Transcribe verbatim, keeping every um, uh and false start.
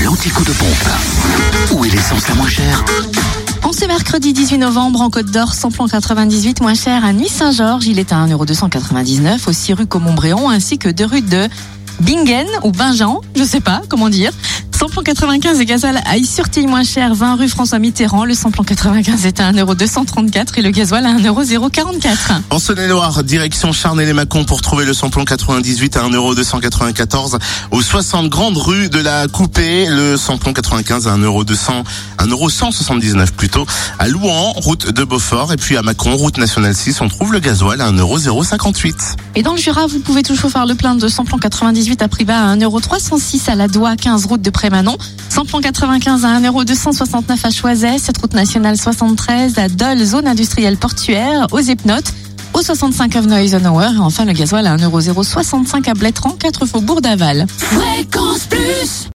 l'anti-coup de pompe. Où est l'essence la moins chère ? En ce mercredi dix-huit novembre, en Côte d'Or, samplon quatre-vingt-dix-huit moins cher à Nuit-Saint-Georges. Il est à un euro deux cent quatre-vingt-dix-neuf, aussi rue Comont-Bréon, ainsi que deux rues de Bingen ou Bingen, je sais pas comment dire. Samplon quatre-vingt-quinze et gasoil à Is-sur-Tille moins cher, vingt rue François Mitterrand. Le samplon quatre-vingt-quinze est à un euro deux cent trente-quatre et le gasoil à un euro zéro quarante-quatre. En Saône-et-Loire, direction Charnay-les-Mâcons pour trouver le samplon quatre-vingt-dix-huit à un euro deux cent quatre-vingt-quatorze aux soixante grandes rues de la Coupée. Le samplon quatre-vingt-quinze à un euro deux cents, un euro cent soixante-dix-neuf plutôt. À Louan, route de Beaufort, et puis à Mâcon, route nationale six, on trouve le gasoil à un euro zéro cinquante-huit. Et dans le Jura, vous pouvez toujours faire le plein de samplon quatre-vingt-dix-huit à prix bas à un euro trois cent six à la Doua, quinze route de Prémanon. Samplon quatre-vingt-quinze à un euro deux cent soixante-neuf à Choiset, cette route nationale soixante-treize à Dole, zone industrielle portuaire, aux Epnotes, au soixante-cinq avenue Eisenhower, et enfin le gasoil à un euro zéro soixante-cinq à Blétran, quatre faubourg d'Aval. Fréquence plus